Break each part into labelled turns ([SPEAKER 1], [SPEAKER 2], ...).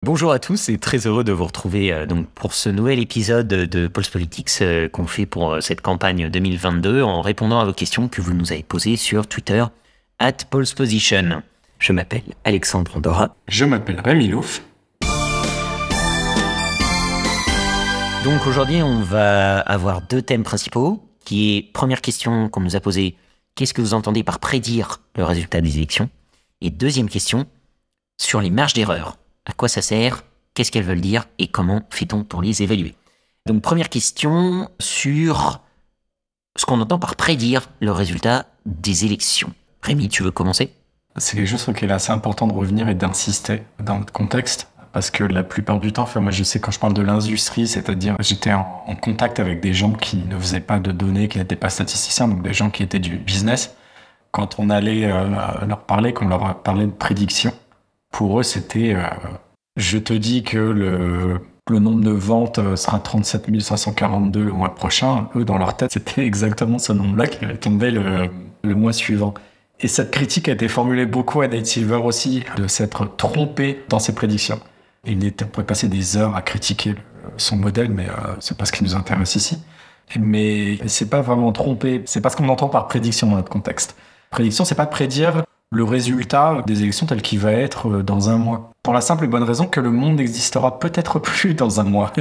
[SPEAKER 1] Bonjour à tous et très heureux de vous retrouver donc pour ce nouvel épisode de Pulse Politics qu'on fait pour cette campagne 2022 en répondant à vos questions que vous nous avez posées sur Twitter @PulsePosition. Je m'appelle Alexandre Andorra.
[SPEAKER 2] Je m'appelle Rémi Louf.
[SPEAKER 1] Donc aujourd'hui on va avoir deux thèmes principaux qui est première question qu'on nous a posée, qu'est-ce que vous entendez par prédire le résultat des élections? Et deuxième question, sur les marges d'erreur. À quoi ça sert? Qu'est-ce qu'elles veulent dire? Et comment fait-on pour les évaluer? Donc première question sur ce qu'on entend par prédire le résultat des élections. Rémi, tu veux commencer?
[SPEAKER 2] C'est quelque chose auquel il est assez important de revenir et d'insister dans le contexte. Parce que la plupart du temps, moi je sais quand je parle de l'industrie, c'est-à-dire j'étais en contact avec des gens qui ne faisaient pas de données, qui n'étaient pas statisticiens, donc des gens qui étaient du business. Quand on allait leur parler, qu'on leur parlait de prédiction, pour eux c'était je te dis que le nombre de ventes sera 37 542 le mois prochain. Eux, dans leur tête, c'était exactement ce nombre-là qui allait tomber le mois suivant. Et cette critique a été formulée beaucoup à Nate Silver aussi, de s'être trompé dans ses prédictions. Et on pourrait passer des heures à critiquer son modèle, mais c'est pas ce qui nous intéresse ici. Mais c'est pas vraiment trompé, c'est pas ce qu'on entend par prédiction dans notre contexte. Prédiction, c'est pas prédire le résultat des élections tel qu'il va être dans un mois. Pour la simple et bonne raison que le monde n'existera peut-être plus dans un mois.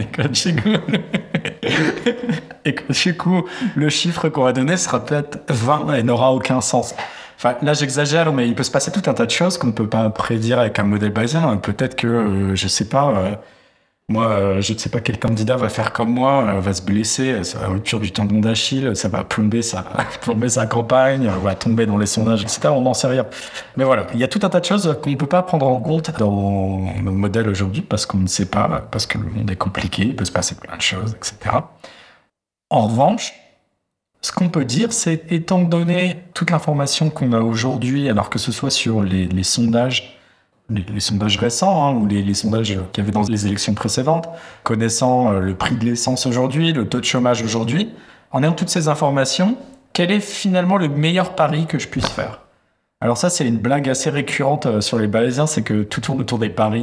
[SPEAKER 2] Et que du coup, le chiffre qu'on va donner sera peut-être 20 et n'aura aucun sens. Enfin, là, j'exagère, mais il peut se passer tout un tas de choses qu'on ne peut pas prédire avec un modèle bayésien. Peut-être que, je sais pas, je ne sais pas quel candidat va faire comme moi, va se blesser, ça va rupture du tendon d'Achille, ça va plomber sa campagne, va tomber dans les sondages, etc. On n'en sait rien. Mais voilà, il y a tout un tas de choses qu'on ne peut pas prendre en compte dans nos modèles aujourd'hui parce qu'on ne sait pas, parce que le monde est compliqué, il peut se passer plein de choses, etc. En revanche, ce qu'on peut dire, c'est, étant donné toute l'information qu'on a aujourd'hui, alors que ce soit sur les sondages, les sondages récents, ou les sondages qu'il y avait dans les élections précédentes, connaissant le prix de l'essence aujourd'hui, le taux de chômage aujourd'hui, en ayant toutes ces informations, quel est finalement le meilleur pari que je puisse faire? Alors ça, c'est une blague assez récurrente sur les Bayésiens, c'est que tout tourne autour des paris.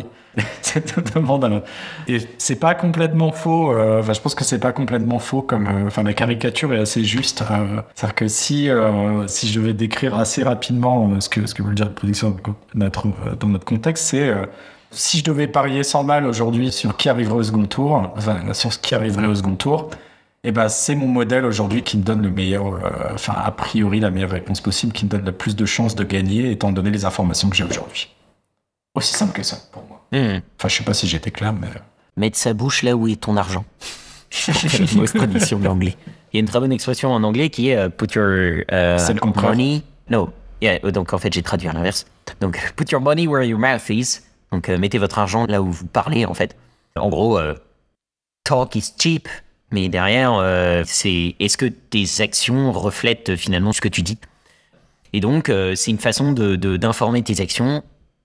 [SPEAKER 2] Et c'est pas complètement faux. Je pense que c'est pas complètement faux comme. La caricature est assez juste. C'est-à-dire que si je devais décrire assez rapidement ce que veut dire la prédiction dans notre contexte, c'est si je devais parier 100 balles aujourd'hui sur qui arriverait au second tour, sur ce qui arriverait au second tour. Et c'est mon modèle aujourd'hui qui me donne le meilleur, a priori la meilleure réponse possible, qui me donne le plus de chances de gagner, étant donné les informations que j'ai aujourd'hui. Aussi simple que ça, pour moi. Je sais pas si j'étais clair, mais...
[SPEAKER 1] Mettre sa bouche là où est ton argent. C'est une mauvaise traduction de l'anglais. Il y a une très bonne expression en anglais qui est put your money... No. Yeah, donc en fait, j'ai traduit à l'inverse. Donc, put your money where your mouth is. Donc, mettez votre argent là où vous parlez, en fait. En gros, talk is cheap. Mais derrière, c'est est-ce que tes actions reflètent finalement ce que tu dis? Et donc, c'est une façon d'informer tes actions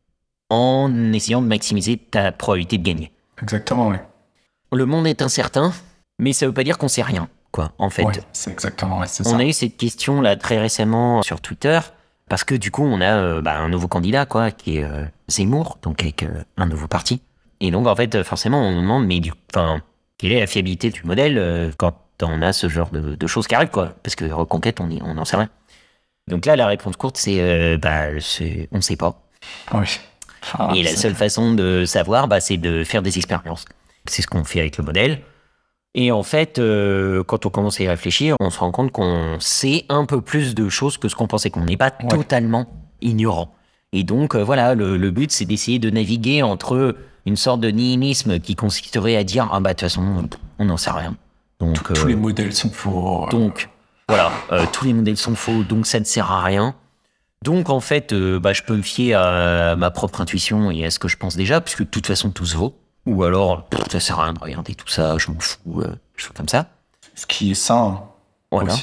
[SPEAKER 1] en essayant de maximiser ta probabilité de gagner.
[SPEAKER 2] Exactement, oui.
[SPEAKER 1] Le monde est incertain, mais ça veut pas dire qu'on sait rien, quoi, en fait.
[SPEAKER 2] Ouais, c'est exactement, ouais, c'est ça.
[SPEAKER 1] On a eu cette question là très récemment sur Twitter, parce que du coup, on a un nouveau candidat, quoi, qui est Zemmour, donc avec un nouveau parti. Et donc, en fait, forcément, on nous demande, quelle est la fiabilité du modèle quand on a ce genre de choses qui arrivent, quoi? Parce que Reconquête, on n'en sait rien. Donc là, la réponse courte, c'est on ne sait pas.
[SPEAKER 2] Oui.
[SPEAKER 1] Et la seule façon de savoir, c'est de faire des expériences. C'est ce qu'on fait avec le modèle. Et en fait, quand on commence à y réfléchir, on se rend compte qu'on sait un peu plus de choses que ce qu'on pensait, qu'on n'est pas totalement ignorant. Et donc, le but, c'est d'essayer de naviguer entre une sorte de nihilisme qui consisterait à dire « Ah de toute façon, on n'en sait rien. » Donc,
[SPEAKER 2] tous les modèles sont faux.
[SPEAKER 1] Donc, tous les modèles sont faux, donc ça ne sert à rien. Donc, en fait, je peux me fier à ma propre intuition et à ce que je pense déjà, puisque de toute façon, tout se vaut. Ou alors, ça sert à rien de regarder tout ça, je m'en fous, je fais comme ça.
[SPEAKER 2] Ce qui est sain.
[SPEAKER 1] Voilà.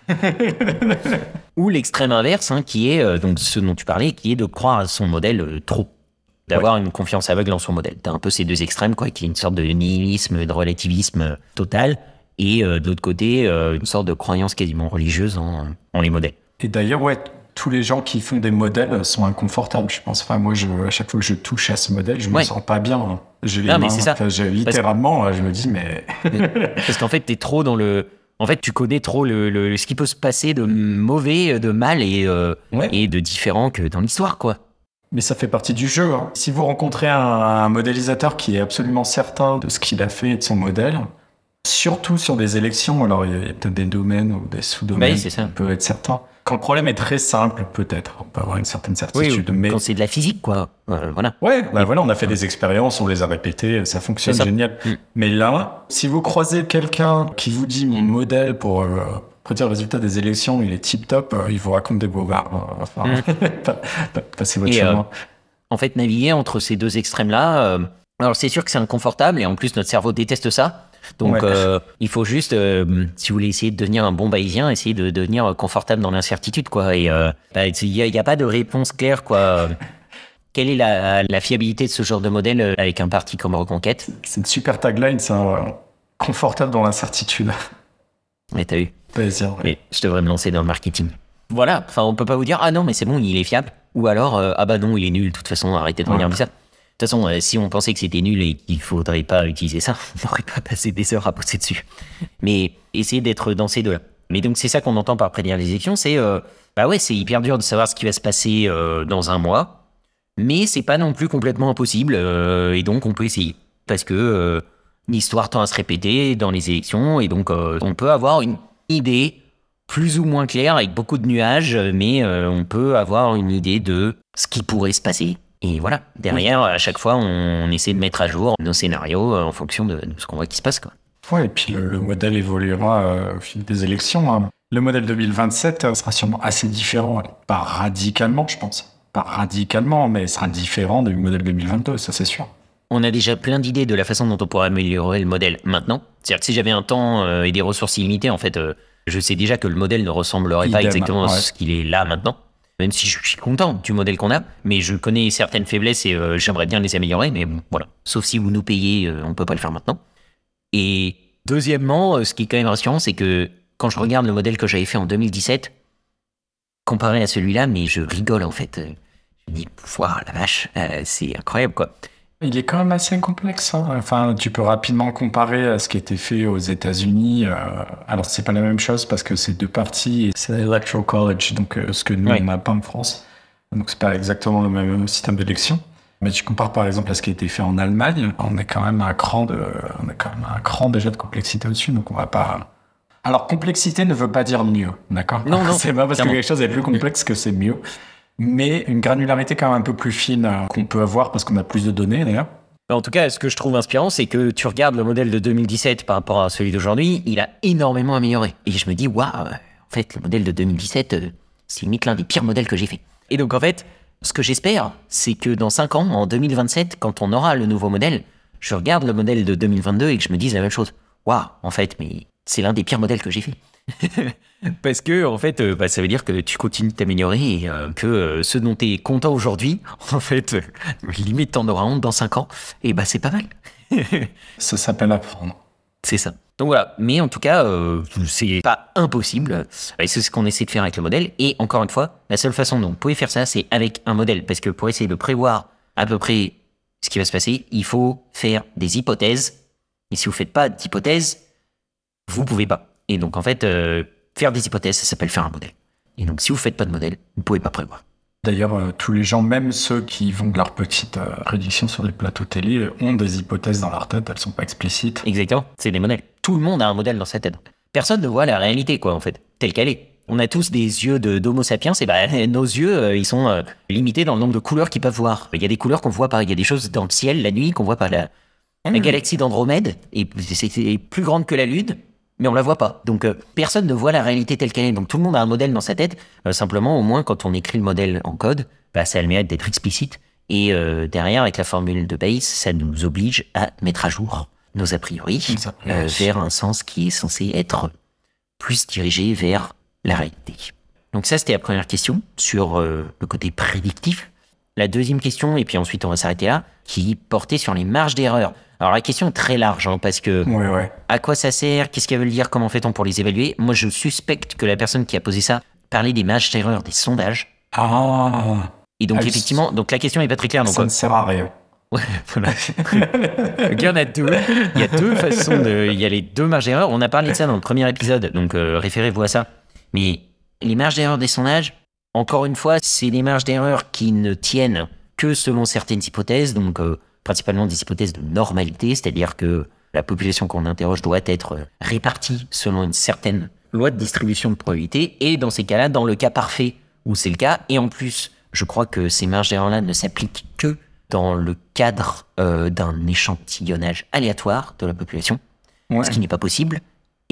[SPEAKER 1] Ou l'extrême inverse, qui est donc ce dont tu parlais, qui est de croire à son modèle trop. D'avoir une confiance aveugle en son modèle. T'as un peu ces deux extrêmes, quoi, qui est une sorte de nihilisme, de relativisme total, et de l'autre côté, une sorte de croyance quasiment religieuse en les modèles.
[SPEAKER 2] Et d'ailleurs, tous les gens qui font des modèles sont inconfortables, je pense. Enfin, moi, à chaque fois que je touche à ce modèle, je me sens pas bien. Hein. J'ai les mains, littéralement, je me dis, mais...
[SPEAKER 1] Parce qu'en fait, t'es trop dans le... En fait, tu connais trop ce qui peut se passer de mauvais, de mal et de différent que dans l'histoire, quoi.
[SPEAKER 2] Mais ça fait partie du jeu. Hein. Si vous rencontrez un modélisateur qui est absolument certain de ce qu'il a fait et de son modèle, surtout sur des élections, alors il y a peut-être des domaines ou des sous-domaines qui peuvent être certains. Quand le problème est très simple, peut-être, on peut avoir une certaine certitude.
[SPEAKER 1] Oui,
[SPEAKER 2] mais
[SPEAKER 1] quand c'est de la physique, quoi. Voilà.
[SPEAKER 2] Ouais, voilà, on a fait des expériences, on les a répétées, ça fonctionne génial. Mais là, si vous croisez quelqu'un qui vous dit mon modèle pour prédire le résultat des élections, il est tip-top, il vous raconte des bobards. Passez votre chemin.
[SPEAKER 1] En fait, naviguer entre ces deux extrêmes-là, alors c'est sûr que c'est inconfortable et en plus notre cerveau déteste ça. Donc, il faut juste, si vous voulez essayer de devenir un bon bayésien, essayer de devenir confortable dans l'incertitude, quoi. Et il n'y a pas de réponse claire, quoi. Quelle est la fiabilité de ce genre de modèle avec un parti comme Reconquête ?
[SPEAKER 2] C'est une super tagline, c'est confortable dans l'incertitude.
[SPEAKER 1] Mais t'as eu.
[SPEAKER 2] Plaisir.
[SPEAKER 1] Mais je devrais me lancer dans le marketing. Voilà. Enfin, on peut pas vous dire ah non mais c'est bon, il est fiable. Ou alors ah bah non, il est nul. De toute façon, arrêtez de regarder ça. De toute façon, si on pensait que c'était nul et qu'il faudrait pas utiliser ça, on n'aurait pas passé des heures à bosser dessus. Mais essayez d'être dans ces deux-là. Mais donc, c'est ça qu'on entend par prédire les élections, c'est c'est hyper dur de savoir ce qui va se passer dans un mois, mais c'est pas non plus complètement impossible, et donc on peut essayer. Parce que l'histoire tend à se répéter dans les élections, et donc on peut avoir une idée plus ou moins claire, avec beaucoup de nuages, mais on peut avoir une idée de ce qui pourrait se passer. Et voilà, derrière, à chaque fois, on essaie de mettre à jour nos scénarios en fonction de ce qu'on voit qui se passe, quoi.
[SPEAKER 2] Ouais, et puis le modèle évoluera au fil des élections. Hein. Le modèle 2027 sera sûrement assez différent, pas radicalement, je pense. Pas radicalement, mais sera différent du modèle 2022, ça c'est sûr.
[SPEAKER 1] On a déjà plein d'idées de la façon dont on pourrait améliorer le modèle maintenant. C'est-à-dire que si j'avais un temps et des ressources illimitées, en fait, je sais déjà que le modèle ne ressemblerait pas exactement à ce qu'il est là maintenant. Même si je suis content du modèle qu'on a, mais je connais certaines faiblesses et j'aimerais bien les améliorer, mais bon, voilà. Sauf si vous nous payez, on peut pas le faire maintenant. Et deuxièmement, ce qui est quand même rassurant, c'est que quand je regarde le modèle que j'avais fait en 2017, comparé à celui-là, mais je rigole en fait. Je me dis, waouh, la vache, c'est incroyable quoi.
[SPEAKER 2] Il est quand même assez complexe. Hein. Enfin, tu peux rapidement comparer à ce qui a été fait aux États-Unis. Alors, c'est pas la même chose parce que c'est deux parties et c'est l'Electoral College, donc ce que nous on n'a pas en France. Donc, c'est pas exactement le même système d'élection. Mais tu compares par exemple à ce qui a été fait en Allemagne, on est quand même un cran déjà de complexité au-dessus. Donc, on va pas. Alors, complexité ne veut pas dire mieux, d'accord ?
[SPEAKER 1] Non,
[SPEAKER 2] c'est pas parce que quelque chose est plus complexe que c'est mieux. Mais une granularité quand même un peu plus fine qu'on peut avoir parce qu'on a plus de données d'ailleurs.
[SPEAKER 1] En tout cas, ce que je trouve inspirant, c'est que tu regardes le modèle de 2017 par rapport à celui d'aujourd'hui, il a énormément amélioré. Et je me dis, waouh, en fait, le modèle de 2017, c'est limite l'un des pires modèles que j'ai fait. Et donc en fait, ce que j'espère, c'est que dans 5 ans, en 2027, quand on aura le nouveau modèle, je regarde le modèle de 2022 et que je me dise la même chose. Waouh, en fait, mais c'est l'un des pires modèles que j'ai fait. Parce que en fait, ça veut dire que tu continues de t'améliorer et que ce dont tu es content aujourd'hui, en fait, limite t'en auras honte dans 5 ans, et c'est pas mal.
[SPEAKER 2] Ça s'appelle apprendre.
[SPEAKER 1] C'est ça. Donc voilà, mais en tout cas, c'est pas impossible. C'est ce qu'on essaie de faire avec le modèle. Et encore une fois, la seule façon dont vous pouvez faire ça, c'est avec un modèle. Parce que pour essayer de prévoir à peu près ce qui va se passer, il faut faire des hypothèses. Et si vous faites pas d'hypothèses, vous pouvez pas. Et donc, en fait, faire des hypothèses, ça s'appelle faire un modèle. Et donc, si vous faites pas de modèle, vous pouvez pas prévoir.
[SPEAKER 2] D'ailleurs, tous les gens, même ceux qui font de leurs petites prédictions sur des plateaux télé, ont des hypothèses dans leur tête, elles sont pas explicites.
[SPEAKER 1] Exactement, c'est des modèles. Tout le monde a un modèle dans sa tête. Personne ne voit la réalité, quoi, en fait, telle qu'elle est. On a tous des yeux d'Homo sapiens, et nos yeux, ils sont limités dans le nombre de couleurs qu'ils peuvent voir. Il y a des couleurs qu'on voit pas, il y a des choses dans le ciel, la nuit, qu'on voit pas. La galaxie d'Andromède c'est plus grande que la Lune, mais on la voit pas. Donc, personne ne voit la réalité telle qu'elle est. Donc, tout le monde a un modèle dans sa tête. Simplement, au moins, quand on écrit le modèle en code, ça a le mérite d'être explicite. Et derrière, avec la formule de Bayes, ça nous oblige à mettre à jour nos a priori vers un sens qui est censé être plus dirigé vers la réalité. Donc ça, c'était la première question sur le côté prédictif. La deuxième question, et puis ensuite on va s'arrêter là, qui portait sur les marges d'erreur. Alors la question est très large, parce que à quoi ça sert, qu'est-ce qu'elle veut dire, comment fait-on pour les évaluer ? Moi je suspecte que la personne qui a posé ça parler des marges d'erreur des sondages.
[SPEAKER 2] Ah.
[SPEAKER 1] Et donc, effectivement, donc la question n'est pas très claire. Donc,
[SPEAKER 2] ça ne sert à rien.
[SPEAKER 1] Ouais, voilà. Il y en a deux. Il y a deux façons il y a les deux marges d'erreur. On a parlé de ça dans le premier épisode, donc référez-vous à ça. Mais les marges d'erreur des sondages, encore une fois, c'est des marges d'erreur qui ne tiennent que selon certaines hypothèses, donc principalement des hypothèses de normalité, c'est-à-dire que la population qu'on interroge doit être répartie selon une certaine loi de distribution de probabilité. Et dans ces cas-là, dans le cas parfait où c'est le cas, et en plus, je crois que ces marges d'erreur-là ne s'appliquent que dans le cadre d'un échantillonnage aléatoire de la population, ce qui n'est pas possible.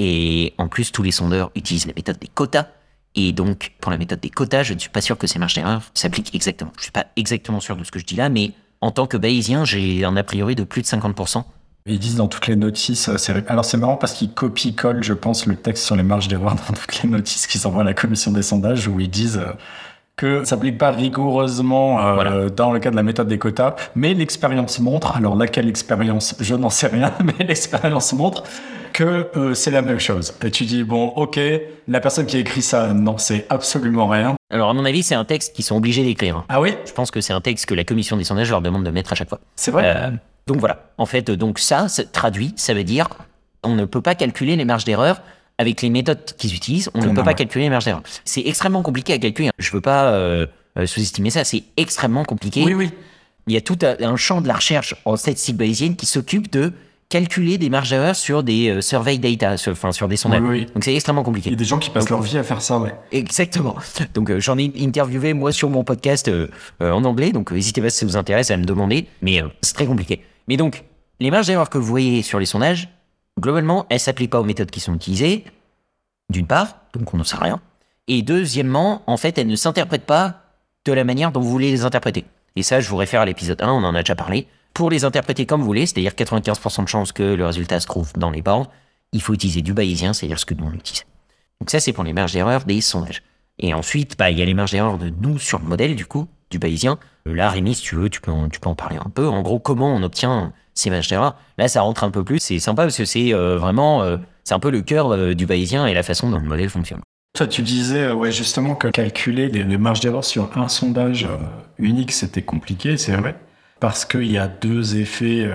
[SPEAKER 1] Et en plus, tous les sondeurs utilisent la méthode des quotas. Et donc, pour la méthode des quotas, je ne suis pas sûr que ces marges d'erreur s'appliquent exactement. Je ne suis pas exactement sûr de ce que je dis là, mais en tant que bayésien, j'ai un a priori de plus de 50%.
[SPEAKER 2] Ils disent dans toutes les notices, alors c'est marrant parce qu'ils copient-collent, je pense, le texte sur les marges d'erreur dans toutes les notices qu'ils envoient à la commission des sondages où ils disent que ça s'applique pas rigoureusement dans le cas de la méthode des quotas, mais l'expérience montre, alors laquelle expérience, je n'en sais rien, mais l'expérience montre que c'est la même chose. Et tu dis, bon, ok, la personne qui a écrit ça, non, c'est absolument rien.
[SPEAKER 1] Alors à mon avis, c'est un texte qu'ils sont obligés d'écrire.
[SPEAKER 2] Ah oui ?
[SPEAKER 1] Je pense que c'est un texte que la commission des sondages leur demande de mettre à chaque fois.
[SPEAKER 2] C'est vrai ?
[SPEAKER 1] Donc voilà, en fait, donc ça traduit, ça veut dire on ne peut pas calculer les marges d'erreur avec les méthodes qu'ils utilisent, on ne peut pas calculer les marges d'erreur. C'est extrêmement compliqué à calculer. Je veux pas sous-estimer ça, c'est extrêmement compliqué.
[SPEAKER 2] Oui.
[SPEAKER 1] Il y a tout un champ de la recherche en statistique bayésienne qui s'occupe de calculer des marges d'erreur sur des survey data, sur des sondages.
[SPEAKER 2] Oui.
[SPEAKER 1] Donc c'est extrêmement compliqué.
[SPEAKER 2] Il y a des gens qui passent leur vie à faire ça, ouais.
[SPEAKER 1] Exactement. Donc j'en ai interviewé moi sur mon podcast en anglais, donc n'hésitez pas si ça vous intéresse à me demander, mais c'est très compliqué. Mais donc, les marges d'erreur que vous voyez sur les sondages, globalement, elles ne s'appliquent pas aux méthodes qui sont utilisées, d'une part, donc on n'en sait rien, et deuxièmement, en fait, elles ne s'interprètent pas de la manière dont vous voulez les interpréter. Et ça, je vous réfère à l'épisode 1, on en a déjà parlé. Pour les interpréter comme vous voulez, c'est-à-dire 95% de chances que le résultat se trouve dans les bornes, il faut utiliser du bayésien, c'est-à-dire ce que nous on utilise. Donc ça, c'est pour les marges d'erreur des sondages. Et ensuite, il y a les marges d'erreur de nous sur le modèle, du coup, du bayésien. Là, Rémi, si tu veux, tu peux en parler un peu. En gros, comment on obtient ces marges d'erreur ? Là, ça rentre un peu plus. C'est sympa parce que c'est vraiment... c'est un peu le cœur du bayésien et la façon dont le modèle fonctionne.
[SPEAKER 2] Toi, tu disais justement que calculer les marges d'erreur sur un sondage unique, c'était compliqué, c'est vrai. Parce qu'il y a deux effets...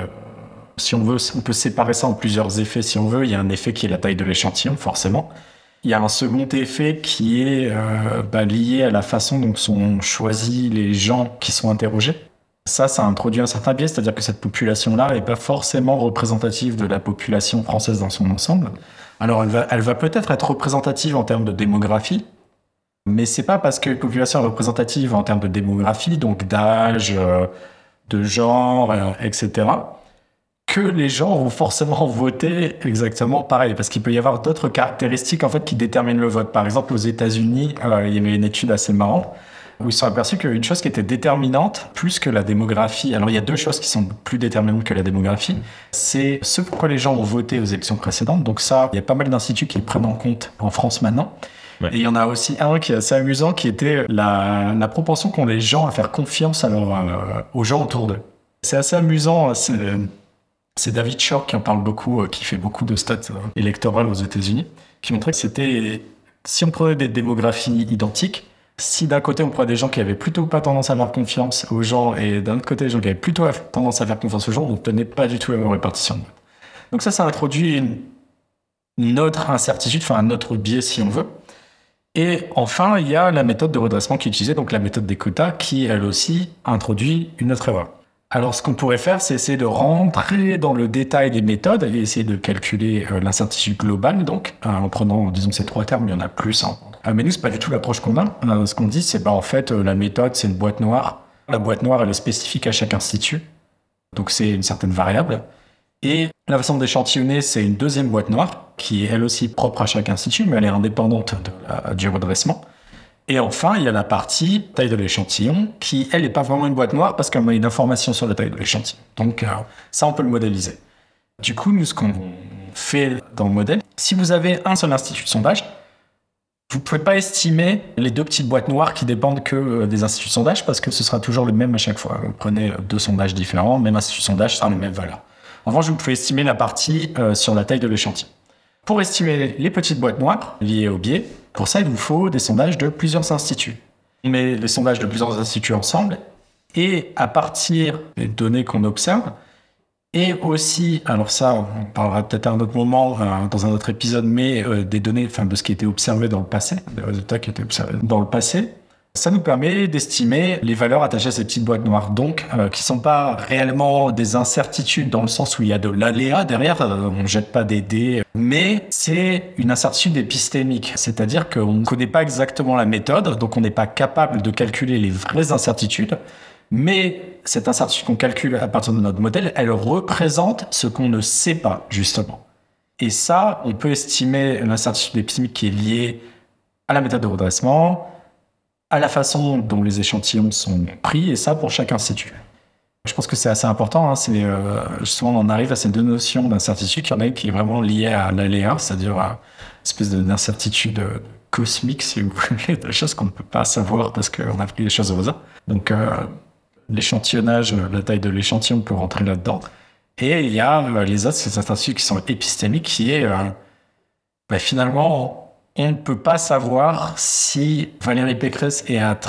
[SPEAKER 2] si on veut, on peut séparer ça en plusieurs effets si on veut. Il y a un effet qui est la taille de l'échantillon, forcément. Il y a un second effet qui est lié à la façon dont sont choisis les gens qui sont interrogés. Ça introduit un certain biais, c'est-à-dire que cette population-là n'est pas forcément représentative de la population française dans son ensemble. Alors, elle va peut-être être représentative en termes de démographie, mais c'est pas parce que la population est représentative en termes de démographie, donc d'âge, de genre, etc., que les gens vont forcément voter exactement pareil, parce qu'il peut y avoir d'autres caractéristiques en fait qui déterminent le vote. Par exemple, aux États-Unis, il y avait une étude assez marrante où ils se sont aperçus qu'une chose qui était déterminante plus que la démographie. Alors il y a deux choses qui sont plus déterminantes que la démographie. C'est ce pourquoi les gens ont voté aux élections précédentes. Donc ça, il y a pas mal d'instituts qui le prennent en compte en France maintenant. Ouais. Et il y en a aussi un qui est assez amusant, qui était la propension qu'ont les gens à faire confiance aux gens autour d'eux. C'est assez amusant. C'est David Shor qui en parle beaucoup, qui fait beaucoup de stats électorales aux États-Unis, qui montrait que c'était, si on prenait des démographies identiques, si d'un côté on prenait des gens qui avaient plutôt pas tendance à faire confiance aux gens, et d'un autre côté des gens qui avaient plutôt tendance à faire confiance aux gens, on n'obtenait pas du tout la même répartition. Donc ça introduit une autre incertitude, enfin un autre biais si on veut. Et enfin, il y a la méthode de redressement qui est utilisée, donc la méthode des quotas, qui elle aussi introduit une autre erreur. Alors, ce qu'on pourrait faire, c'est essayer de rentrer dans le détail des méthodes et essayer de calculer l'incertitude globale, donc, en prenant, disons, ces trois termes, il y en a plus. Mais nous, c'est pas du tout l'approche qu'on a. Ce qu'on dit, c'est, en fait, la méthode, c'est une boîte noire. La boîte noire, elle est spécifique à chaque institut. Donc, c'est une certaine variable. Et la façon d'échantillonner, c'est une deuxième boîte noire, qui est elle aussi propre à chaque institut, mais elle est indépendante du redressement. Et enfin, il y a la partie taille de l'échantillon qui, elle, n'est pas vraiment une boîte noire parce qu'elle a une information sur la taille de l'échantillon. Donc, ça, on peut le modéliser. Du coup, nous, ce qu'on fait dans le modèle, si vous avez un seul institut de sondage, vous ne pouvez pas estimer les deux petites boîtes noires qui dépendent que des instituts de sondage parce que ce sera toujours le même à chaque fois. Vous prenez deux sondages différents, même institut de sondage, ça sera les mêmes valeurs. En revanche, vous pouvez estimer la partie sur la taille de l'échantillon. Pour estimer les petites boîtes noires liées au biais, Pour ça, il vous faut des sondages de plusieurs instituts. On met les sondages de plusieurs instituts ensemble et à partir des données qu'on observe, et aussi, alors ça, on parlera peut-être à un autre moment, dans un autre épisode, mais des données, de ce qui a été observé dans le passé, des résultats qui ont été observés dans le passé, ça nous permet d'estimer les valeurs attachées à ces petites boîtes noires, donc qui sont pas réellement des incertitudes dans le sens où il y a de l'aléa derrière, on jette pas des dés, mais c'est une incertitude épistémique, c'est-à-dire qu'on ne connaît pas exactement la méthode, donc on n'est pas capable de calculer les vraies incertitudes, mais cette incertitude qu'on calcule à partir de notre modèle, elle représente ce qu'on ne sait pas, justement. Et ça, on peut estimer l'incertitude épistémique qui est liée à la méthode de redressement, à la façon dont les échantillons sont pris, et ça pour chaque institut. Je pense que c'est assez important, justement on arrive à ces deux notions d'incertitude, il y en a une qui est vraiment liée à l'aléa, c'est-à-dire à une espèce d'incertitude cosmique, si vous voulez, des choses qu'on ne peut pas savoir parce qu'on a pris les choses au hasard. Donc l'échantillonnage, la taille de l'échantillon peut rentrer là-dedans. Et il y a les autres, ces incertitudes qui sont épistémiques, qui est finalement... On ne peut pas savoir si Valérie Pécresse est à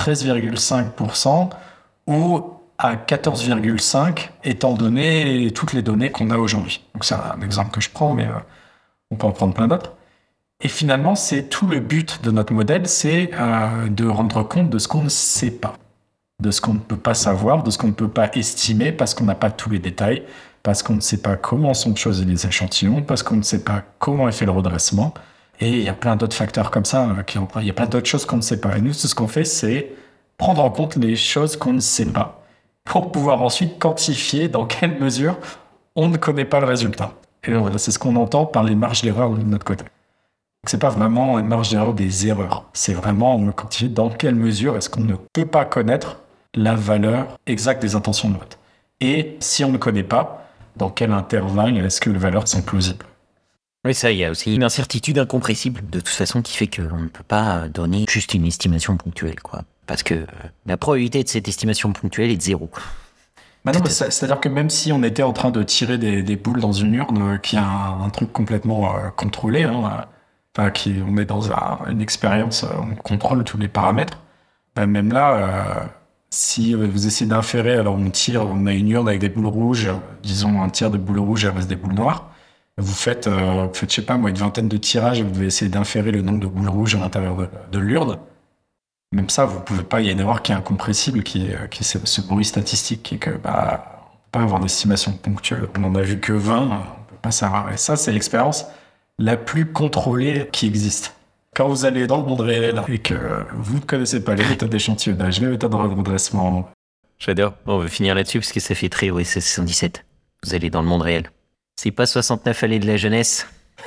[SPEAKER 2] 13,5% ou à 14,5% étant donné toutes les données qu'on a aujourd'hui. Donc c'est un exemple que je prends, mais on peut en prendre plein d'autres. Et finalement, c'est tout le but de notre modèle, c'est de rendre compte de ce qu'on ne sait pas, de ce qu'on ne peut pas savoir, de ce qu'on ne peut pas estimer parce qu'on n'a pas tous les détails, parce qu'on ne sait pas comment sont choisis les échantillons, parce qu'on ne sait pas comment est fait le redressement. Et il y a plein d'autres facteurs comme ça, il y a plein d'autres choses qu'on ne sait pas. Et nous, tout ce qu'on fait, c'est prendre en compte les choses qu'on ne sait pas pour pouvoir ensuite quantifier dans quelle mesure on ne connaît pas le résultat. Et donc, c'est ce qu'on entend par les marges d'erreur de notre côté. Donc, c'est pas vraiment une marge d'erreur des erreurs. C'est vraiment quantifier dans quelle mesure est-ce qu'on ne peut pas connaître la valeur exacte des intentions de vote. Et si on ne connaît pas, dans quel intervalle est-ce que les valeurs sont plausibles.
[SPEAKER 1] Oui, ça, il y a aussi une incertitude incompressible, de toute façon, qui fait qu'on ne peut pas donner juste une estimation ponctuelle, quoi. Parce que la probabilité de cette estimation ponctuelle est de 0.
[SPEAKER 2] Non, c'est-à-dire que même si on était en train de tirer des boules dans une urne, qui a un truc complètement contrôlé, on est dans une expérience, on contrôle tous les paramètres, même là, si vous essayez d'inférer, alors on a une urne avec des boules rouges, disons un tiers de boules rouges reste des boules noires. Vous faites, je sais pas moi, une vingtaine de tirages et vous devez essayer d'inférer le nombre de boules rouges à l'intérieur de l'urne. Même ça, vous pouvez pas, il y a une erreur qui est incompressible, qui est ce bruit statistique, qui est que, on peut pas avoir d'estimation ponctuelle. On en a vu que 20, on peut pas savoir. Et ça, c'est l'expérience la plus contrôlée qui existe. Quand vous allez dans le monde réel et que vous ne connaissez pas les méthodes d'échantillonnage, les méthodes de redressement.
[SPEAKER 1] J'adore. On va finir là-dessus parce que ça fait très OSS 117. Vous allez dans le monde réel. C'est pas 69 allées de la jeunesse.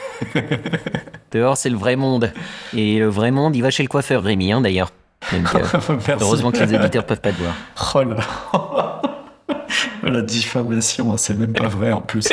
[SPEAKER 1] Dehors, c'est le vrai monde. Et le vrai monde, il va chez le coiffeur, Rémi, d'ailleurs. Donc, heureusement que les auditeurs peuvent pas te voir.
[SPEAKER 2] Oh là. La diffamation, c'est même pas vrai en plus.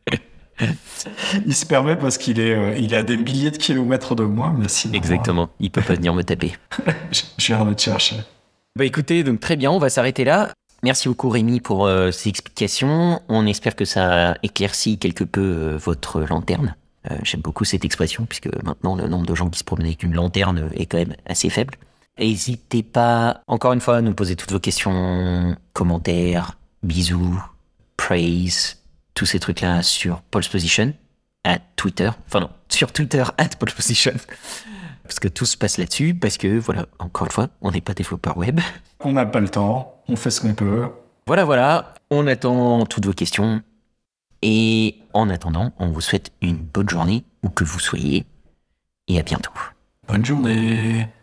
[SPEAKER 2] Il se permet parce qu'il est à des milliers de kilomètres de moi, mais sinon...
[SPEAKER 1] Exactement, il peut pas venir me taper.
[SPEAKER 2] Je viens de te chercher.
[SPEAKER 1] Écoutez, donc très bien, on va s'arrêter là. Merci beaucoup Rémi pour ces explications. On espère que ça éclaircit quelque peu votre lanterne. J'aime beaucoup cette expression puisque maintenant le nombre de gens qui se promènent avec une lanterne est quand même assez faible. N'hésitez pas, encore une fois, à nous poser toutes vos questions, commentaires, bisous, praise, tous ces trucs-là sur Pole Position, sur Twitter, @PolePosition. Parce que tout se passe là-dessus, parce que, voilà, encore une fois, on n'est pas développeur web.
[SPEAKER 2] On n'a pas le temps, on fait ce qu'on peut.
[SPEAKER 1] Voilà, on attend toutes vos questions. Et en attendant, on vous souhaite une bonne journée, où que vous soyez, et à bientôt.
[SPEAKER 2] Bonne journée.